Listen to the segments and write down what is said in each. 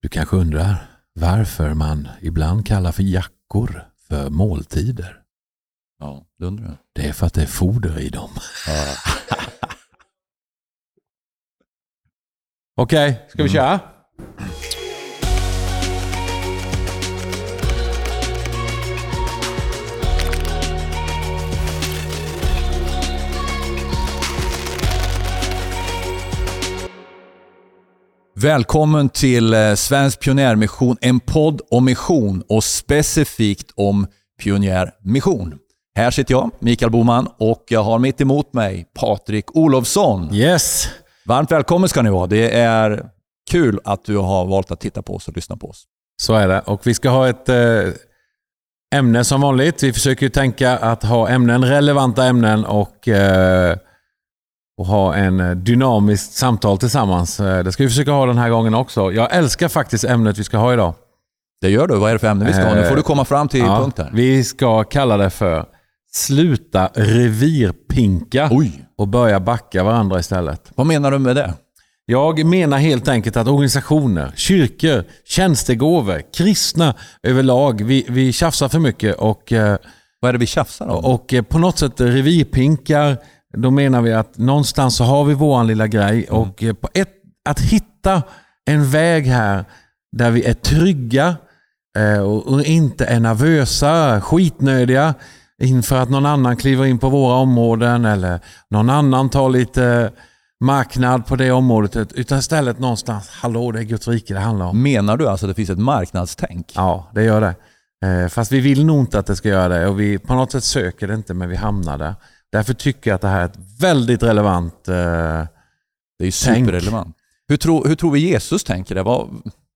Du kanske undrar varför man ibland kallar för jackor för måltider. Ja, det undrar jag. Det är för att det är foder i dem. Ja. Okej, ska vi köra? Välkommen till Svensk Pionjärmission, en podd om mission och specifikt om pionjärmission. Här sitter jag, Mikael Boman, och jag har mitt emot mig Patrik Olofsson. Yes. Varmt välkommen ska ni vara. Det är kul att du har valt att titta på oss och lyssna på oss. Så är det. Och vi ska ha ett ämne som vanligt. Vi försöker ju tänka att ha ämnen, relevanta ämnen och ha en dynamiskt samtal tillsammans. Det ska vi försöka ha den här gången också. Jag älskar faktiskt ämnet vi ska ha idag. Det gör du. Vad är det för ämne vi ska ha? Nu får du komma fram till punkt här. Vi ska kalla det för sluta revirpinka och börja backa varandra istället. Vad menar du med det? Jag menar helt enkelt att organisationer, kyrkor, tjänstegåvor, kristna överlag, vi tjafsar för mycket och vad är det vi tjafsar om? Och på något sätt revirpinkar. Då menar vi att någonstans så har vi våran lilla grej och att hitta en väg här där vi är trygga och inte är nervösa, skitnödiga inför att någon annan kliver in på våra områden eller någon annan tar lite marknad på det området, utan istället någonstans, hallå, det är Guds rike det handlar om. Menar du alltså att det finns ett marknadstänk? Ja, det gör det. Fast vi vill nog inte att det ska göra det och vi på något sätt söker det inte, men vi hamnar där. Därför tycker jag att det här är ett väldigt relevant det är ju superrelevant. Hur tror vi Jesus tänker det?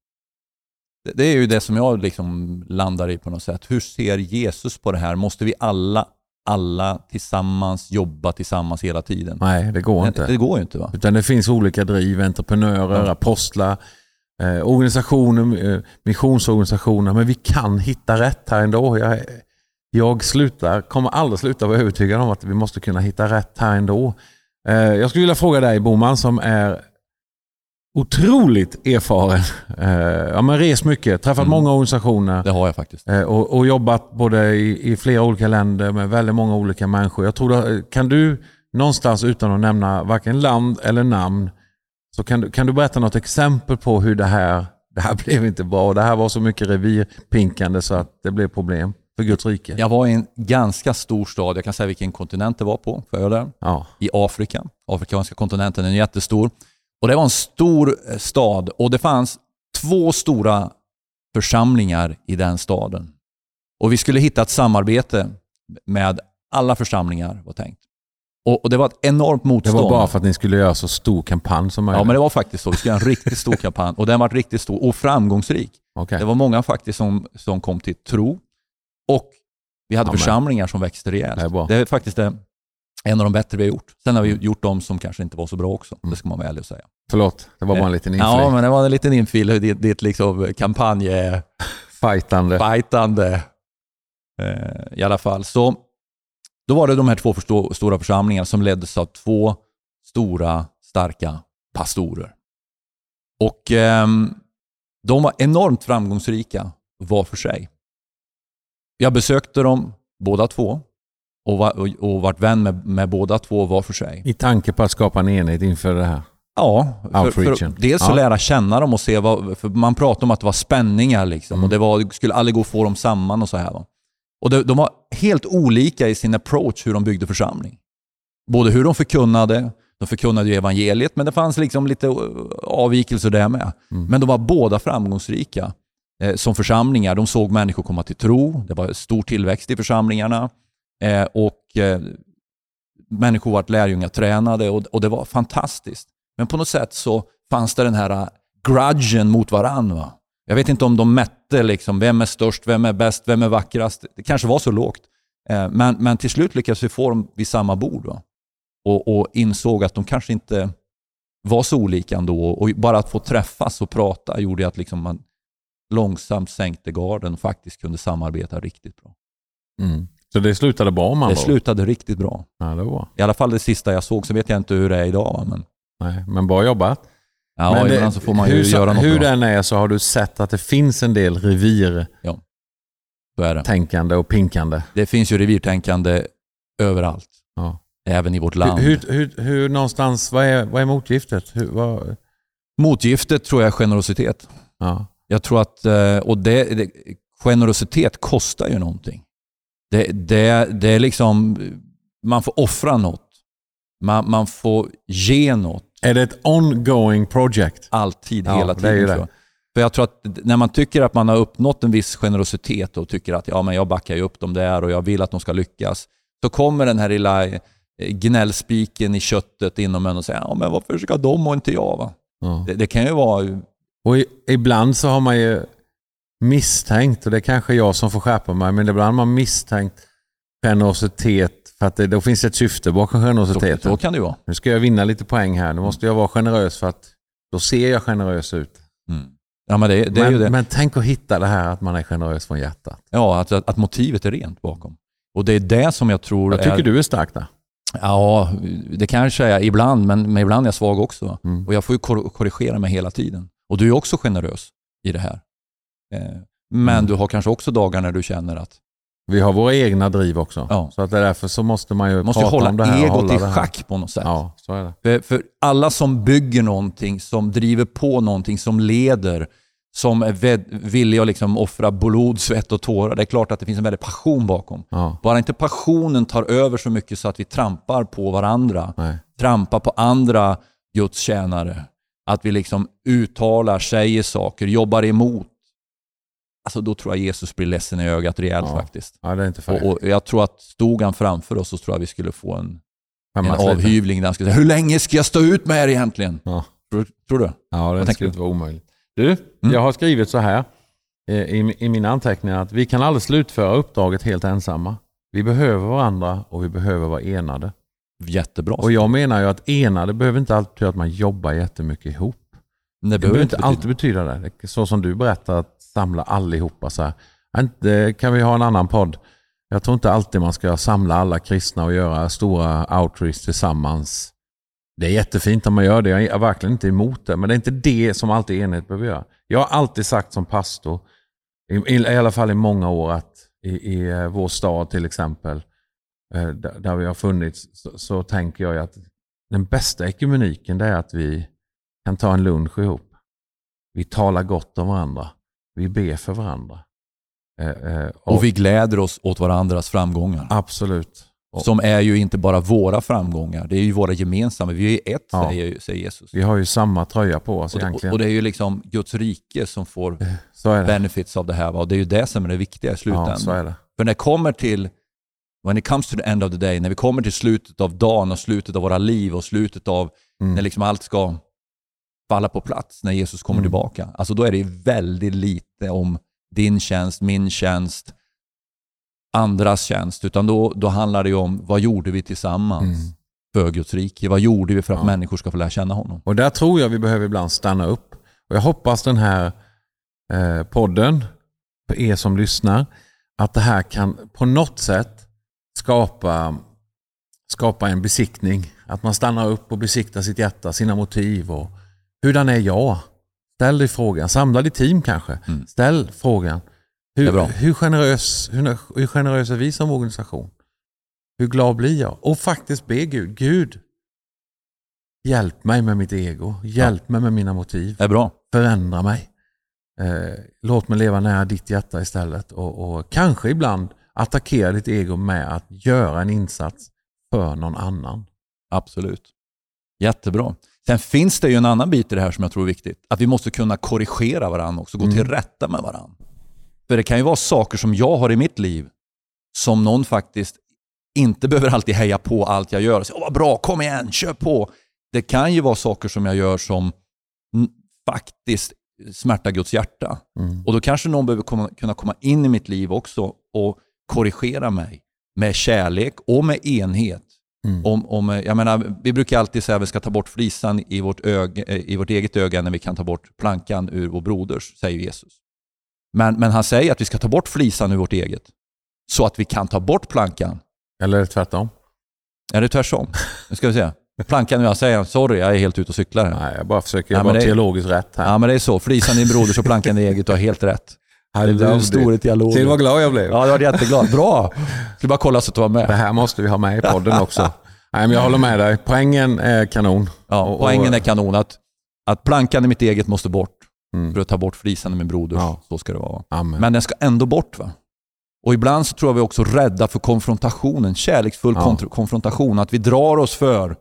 Det är ju det som jag liksom landar i på något sätt. Hur ser Jesus på det här? Måste vi alla tillsammans jobba tillsammans hela tiden? Nej, det går inte. Det går ju inte, va? Utan det finns olika driv, entreprenörer, apostlar, organisationer, missionsorganisationer, men vi kan hitta rätt här ändå. Jag kommer aldrig sluta vara övertygad om att vi måste kunna hitta rätt här ändå. Jag skulle vilja fråga dig, Boman, som är otroligt erfaren. Men res mycket, träffat många organisationer. Det har jag faktiskt. Och jobbat både i flera olika länder med väldigt många olika människor. Jag tror kan du någonstans, utan att nämna varken land eller namn, så kan du berätta något exempel på hur det här blev inte bra. Det här var så mycket revirpinkande så att det blev problem för Guds rike. Jag var i en ganska stor stad. Jag kan säga vilken kontinent det var på. För jag där. Ja. I Afrika. Afrikanska kontinenten är jättestor. Och det var en stor stad. Och det fanns 2 stora församlingar i den staden. Och vi skulle hitta ett samarbete med alla församlingar, var tänkt. Och det var ett enormt motstånd. Det var bara för att ni skulle göra så stor kampanj som möjligt. Ja, men det var faktiskt så. Vi skulle göra en riktigt stor kampanj. Och den var riktigt stor och framgångsrik. Okay. Det var många faktiskt som kom till tro. Och vi hade församlingar som växte rejält. Det är faktiskt en av de bättre vi har gjort. Sen har vi gjort de som kanske inte var så bra också. Det ska man väl ärlig säga. Förlåt, det var bara en liten infil. Ja, men det var en liten infil. Ditt liksom kampanj fightande. I alla fall. Så då var det de här 2 stora församlingarna som leddes av 2 stora, starka pastorer. Och de var enormt framgångsrika var för sig. Jag besökte dem båda 2 och varit vän med båda 2 var för sig. I tanke på att skapa en enhet inför det här. Ja, för dels att lära känna dem och se för man pratade om att det var spänningar liksom, och det skulle aldrig gå att få dem samman och så här. Va? Och de var helt olika i sin approach hur de byggde församling. Både hur de förkunnade ju evangeliet, men det fanns liksom lite avvikelser där med. Men de var båda framgångsrika som församlingar. De såg människor komma till tro. Det var stor tillväxt i församlingarna. Och människor var lärjungar tränade och det var fantastiskt. Men på något sätt så fanns det den här grudgen mot varandra. Jag vet inte om de mätte liksom, vem är störst, vem är bäst, vem är vackrast. Det kanske var så lågt. Men till slut lyckades vi få dem vid samma bord. Va? Och insåg att de kanske inte var så olika ändå. Och bara att få träffas och prata gjorde att liksom man långsamt sänkte garden och faktiskt kunde samarbeta riktigt bra. Så det slutade bra, man? Det slutade riktigt bra. Ja, det var. I alla fall det sista jag såg, så vet jag inte hur det är idag. Men bra jobbat. Ja, men ibland så får man ju göra något hur bra. den är så har du sett att det finns en del revir. Ja, så är det. Tänkande och pinkande. Det finns ju revirtänkande överallt. Ja. Även i vårt land. Hur någonstans, vad är motgiftet? Motgiftet tror jag är generositet. Ja. Jag tror att, och generositet kostar ju någonting. Det är liksom, man får offra något. Man får ge något. Är det ett ongoing project? Alltid, hela tiden. Det är ju tror jag. För jag tror att när man tycker att man har uppnått en viss generositet och tycker att men jag backar ju upp dem där och jag vill att de ska lyckas, så kommer den här lilla gnällspiken i köttet inom en och säger men varför ska de och inte jag? Va? Ja. Det kan ju vara... Och ibland så har man ju misstänkt, och det är kanske jag som får skärpa mig, men ibland har man misstänkt generositet för att då finns ett syfte bakom generositeten. Så kan det vara. Nu ska jag vinna lite poäng här. Nu måste jag vara generös för att då ser jag generös ut. Mm. Ja, men det är ju det. Men tänk att hitta det här att man är generös från hjärtat. Ja, att motivet är rent bakom. Och det är det som jag tror... Jag tycker du är stark där. Ja, det kanske är ibland, men ibland är jag svag också. Mm. Och jag får ju korrigera mig hela tiden. Och du är också generös i det här. Men du har kanske också dagar när du känner att... Vi har våra egna driv också. Ja. Så att därför så måste man ju prata hålla om det här. Egot i schack på något sätt. Ja, så är det. För alla som bygger någonting, som driver på någonting, som leder, som är villiga att liksom offra blod, svett och tårar. Det är klart att det finns en väldigt passion bakom. Ja. Bara inte passionen tar över så mycket så att vi trampar på varandra. Nej. Trampar på andra Guds tjänare. Att vi liksom uttalar, säger saker, jobbar emot. Alltså då tror jag Jesus blir ledsen i ögat rejält faktiskt. Ja, det är inte och jag tror att stod han framför oss så tror jag vi skulle få en avhyvling där han skulle säga, hur länge ska jag stå ut med er egentligen? Ja. Tror du? Ja, det skulle inte vara omöjligt. Du, jag har skrivit så här i mina anteckningar att vi kan aldrig slutföra uppdraget helt ensamma. Vi behöver varandra och vi behöver vara enade. Jättebra. Och jag menar ju att enade behöver inte alltid betyda att man jobbar jättemycket ihop. Det behöver inte alltid betyda det. Så som du berättar, att samla allihopa så här. Det kan vi ha en annan podd. Jag tror inte alltid man ska samla alla kristna och göra stora outreach tillsammans. Det är jättefint om man gör det. Jag är verkligen inte emot det. Men det är inte det som alltid enhet behöver göra. Jag har alltid sagt som pastor, i alla fall i många år, att i vår stad till exempel, där vi har funnits, så tänker jag att den bästa ekumeniken, det är att vi kan ta en lunch ihop. Vi talar gott om varandra. Vi ber för varandra. Och vi gläder oss åt varandras framgångar. Absolut. Som är ju inte bara våra framgångar. Det är ju våra gemensamma. Vi är ju ett, säger Jesus. Vi har ju samma tröja på oss egentligen. Och det är ju liksom Guds rike som får benefits av det här. Och det är ju det som är det viktiga i slutändan. Ja, så är det. För when it comes to the end of the day, när vi kommer till slutet av dagen och slutet av våra liv och slutet av när liksom allt ska falla på plats, när Jesus kommer tillbaka. Alltså då är det väldigt lite om din tjänst, min tjänst, andras tjänst, utan då handlar det ju om vad gjorde vi tillsammans för Guds rike? Vad gjorde vi för att människor ska få lära känna honom? Och där tror jag vi behöver ibland stanna upp. Och jag hoppas den här podden, för er som lyssnar, att det här kan på något sätt skapa en besiktning. Att man stannar upp och besiktar sitt hjärta, sina motiv och hurdan är jag? Ställ dig frågan. Samla ditt team kanske. Ställ frågan. Hur generös är vi som organisation? Hur glad blir jag? Och faktiskt be Gud, hjälp mig med mitt ego. Hjälp mig med mina motiv. Det är bra. Förändra mig. Låt mig leva nära ditt hjärta istället. Och kanske ibland attackera ditt ego med att göra en insats för någon annan. Absolut. Jättebra. Sen finns det ju en annan bit i det här som jag tror är viktigt. Att vi måste kunna korrigera varandra också. Gå till rätta med varandra. För det kan ju vara saker som jag har i mitt liv som någon faktiskt inte behöver alltid heja på allt jag gör. Så, vad bra, kom igen, kör på. Det kan ju vara saker som jag gör som faktiskt smärtar Guds hjärta. Och då kanske någon behöver kunna komma in i mitt liv också och korrigera mig med kärlek och med enhet. Jag menar, vi brukar alltid säga att vi ska ta bort flisan i vårt eget öga när vi kan ta bort plankan ur vår broders, säger Jesus. Men han säger att vi ska ta bort flisan ur vårt eget så att vi kan ta bort plankan. Eller tvärtom. Är det tvärtom? Nu ska vi se. Plankan, jag säger sorry, jag är helt ute och cyklar här. Nej, jag bara försöker vara teologiskt rätt här. Ja, men det är så. Flisan din broder så plankan din eget, du har helt rätt. Det är en stor dialog. Till vad glad jag blev. Ja, jag var jätteglad. Bra. Skulle bara kolla så att du var med. Det här måste vi ha med i podden också. Nej, men jag håller med dig. Poängen är kanon. Ja, poängen är kanon. Att plankan i mitt eget måste bort. För att ta bort flisan i min broder. Ja. Så ska det vara. Amen. Men den ska ändå bort, va? Och ibland så tror jag vi också rädda för konfrontationen. Kärleksfull konfrontation. Att vi drar oss för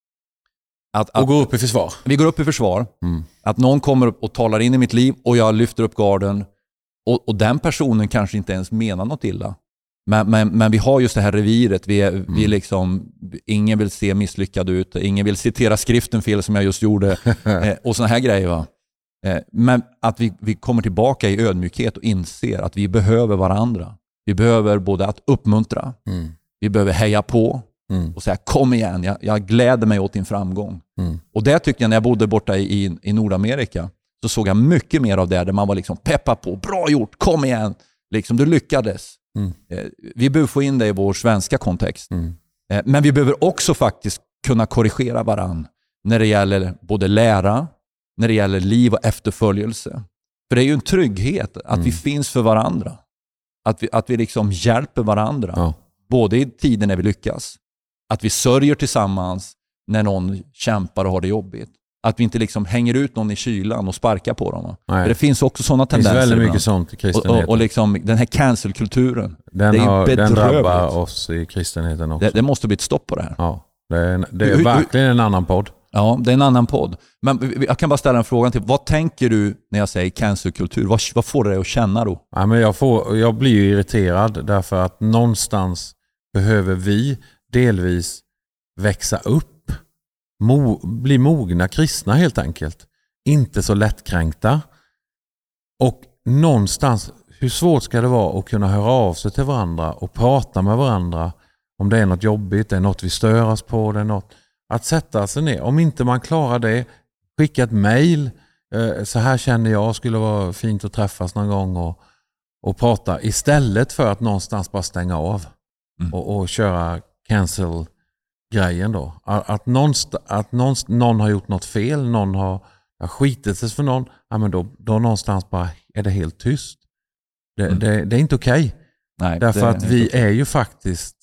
och går upp i försvar. Vi går upp i försvar. Att någon kommer upp och talar in i mitt liv och jag lyfter upp garden. Och den personen kanske inte ens menar något illa. Men vi har just det här reviret. Vi liksom, ingen vill se misslyckad ut. Ingen vill citera skriften fel som jag just gjorde. Och såna här grejer, va? Men att vi kommer tillbaka i ödmjukhet och inser att vi behöver varandra. Vi behöver både att uppmuntra. Vi behöver heja på. Och säga kom igen, jag gläder mig åt din framgång. Och det tyckte jag när jag bodde borta i Nordamerika. Så såg jag mycket mer av det där man var liksom peppa på. Bra gjort, kom igen. Liksom, du lyckades. Vi behöver få in det i vår svenska kontext. Men vi behöver också faktiskt kunna korrigera varann när det gäller både lära, när det gäller liv och efterföljelse. För det är ju en trygghet att vi finns för varandra. Att vi liksom hjälper varandra. Ja. Både i tiden när vi lyckas. Att vi sörjer tillsammans när någon kämpar och har det jobbigt. Att vi inte liksom hänger ut någon i kylan och sparkar på dem. För det finns också sådana tendenser. Det finns väldigt mycket sånt i kristenheten. Och liksom den här cancel-kulturen. Den drabbar oss i kristenheten också. Det måste bli ett stopp på det här. Ja, det är verkligen en annan podd. Ja, det är en annan podd. Men jag kan bara ställa en fråga till. Vad tänker du när jag säger cancel-kultur? Vad får det dig att känna då? Ja, men jag blir ju irriterad därför att någonstans behöver vi delvis växa upp. Bli mogna kristna helt enkelt. Inte så lättkränkta. Och någonstans, hur svårt ska det vara att kunna höra av sig till varandra och prata med varandra om det är något jobbigt, det är något vi stör oss på, det är något att sätta sig ner. Om inte man klarar det, skicka ett mejl. Så här känner jag, skulle vara fint att träffas någon gång och prata istället för att någonstans bara stänga av och köra cancel-grejen då. Att någon har gjort något fel, någon har skitit sig för någon, ja, men då någonstans bara är det helt tyst. Det är inte okej. Nej, därför att vi är ju faktiskt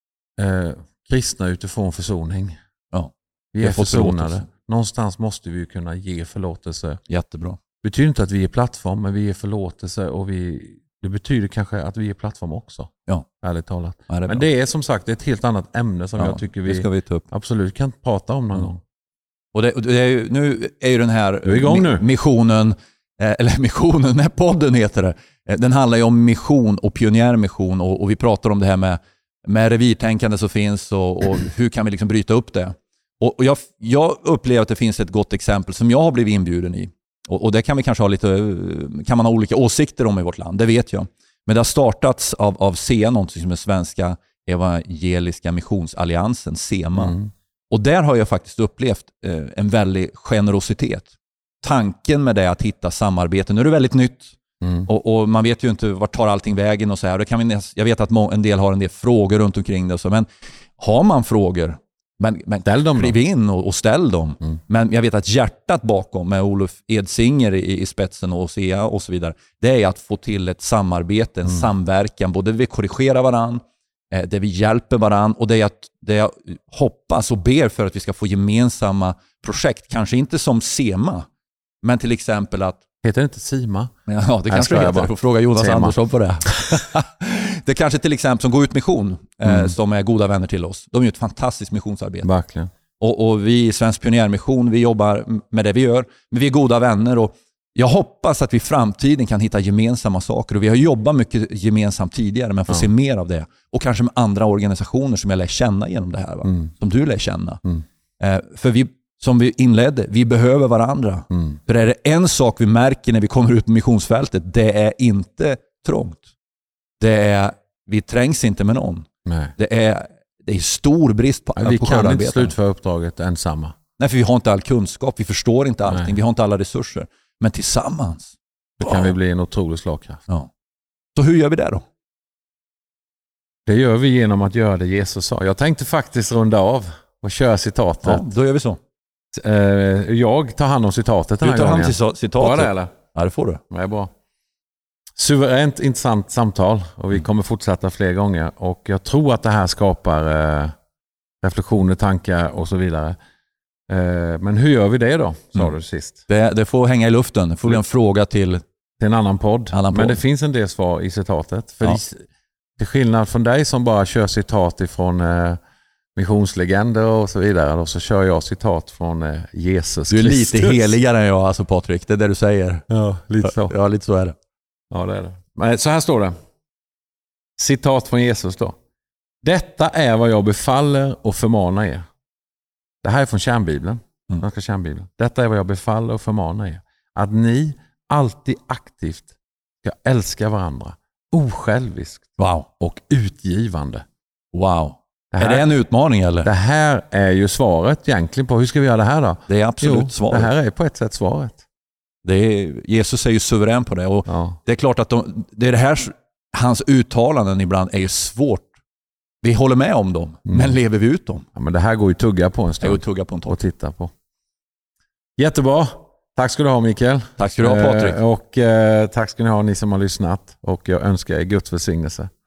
kristna utifrån försoning. Ja. Vi är försonade. Någonstans måste vi ju kunna ge förlåtelse. Jättebra. Det betyder inte att vi är plattform, men vi är förlåtelse och det betyder kanske att vi är plattform också. Ja. Ärligt talat. Ja, men det är som sagt ett helt annat ämne som jag tycker vi, ska vi ta upp. Absolut kan prata om någon gång. Och det är ju, nu är ju den här igång nu. Missionen, den här podden heter det. Den handlar ju om mission och pionjärmission och vi pratar om det här med revirtänkande som finns och hur kan vi liksom bryta upp det. Och jag upplever att det finns ett gott exempel som jag har blivit inbjuden i. Och det kan vi kanske kan man ha olika åsikter om i vårt land, det vet jag. Men det har startats av SEA, någonting som är Svenska Evangeliska Missionsalliansen, SEMA. Och där har jag faktiskt upplevt en väldig generositet. Tanken med det att hitta samarbete, nu är det väldigt nytt. Och man vet ju inte vart tar allting vägen och så här. Jag vet att en del har en del frågor runt omkring det. Men har man frågor, men skriv in och ställ dem. Men jag vet att hjärtat bakom med Olof Edsinger i spetsen och SEA och så vidare, det är att få till ett samarbete, en samverkan. Både vi korrigerar varann, där vi hjälper varann och det jag hoppas och ber för att vi ska få gemensamma projekt. Kanske inte som SEMA, men till exempel att... Heter det inte SIMA? Ja, det kanske heter. Jag får fråga Jonas Andersson på det. Det kanske till exempel som Gå ut mission, som är goda vänner till oss. De gör ett fantastiskt missionsarbete. Verkligen. Och vi i Svensk Pionjärmission, vi jobbar med det vi gör. Men vi är goda vänner och jag hoppas att vi i framtiden kan hitta gemensamma saker. Och vi har jobbat mycket gemensamt tidigare, men får se mer av det. Och kanske med andra organisationer som jag lär känna genom det här. Som du lär känna. För vi, som vi inledde, vi behöver varandra. För är det en sak vi märker när vi kommer ut på missionsfältet, det är inte trångt. Vi trängs inte med någon. Nej. Det är stor brist på vi kan inte slutföra uppdraget ensamma. Nej, för vi har inte all kunskap. Vi förstår inte allting. Nej. Vi har inte alla resurser. Men tillsammans. Det kan vi bli en otrolig slagkraft. Ja. Så hur gör vi det då? Det gör vi genom att göra det Jesus sa. Jag tänkte faktiskt runda av och kör citatet. Ja, då gör vi så. Jag tar hand om citatet den här gången. Du tar hand om citatet? Var det, eller? Ja, det får du. Det är bra. Suveränt intressant samtal och vi kommer fortsätta fler gånger. Och jag tror att det här skapar reflektioner, tankar och så vidare. Men hur gör vi det då, sa du sist? Det får hänga i luften. Det får bli en fråga till en annan podd. Men det finns en del svar i citatet. För till skillnad från dig som bara kör citat ifrån missionslegender och så vidare, då, så kör jag citat från Jesus Kristus. Du är lite heligare än jag, alltså Patrik. Det är det du säger. Ja, lite så. Ja, lite så är det. Ja, det är det. Men så här står det. Citat från Jesus då. Detta är vad jag befaller och förmanar er. Det här är från kärnbibeln. Kärnbibeln. Detta är vad jag befaller och förmanar er. Att ni alltid aktivt ska älska varandra. Osjälviskt. Wow. Och utgivande. Wow. Är det en utmaning eller? Det här är ju svaret egentligen på hur ska vi göra det här då? Det är absolut svaret. Det här är på ett sätt svaret. Jesus är ju suverän på det. Och det är klart att det är det här, hans uttalanden ibland är ju svårt. Vi håller med om dem, men lever vi ut dem? Ja, men det här går ju tugga på en stund. Det går tugga på en tag. Och titta på. Jättebra. Tack ska du ha, Mikael. Tack ska du ha, Patrik. Och tack ska ni ha, ni som har lyssnat. Och jag önskar er Guds välsignelse.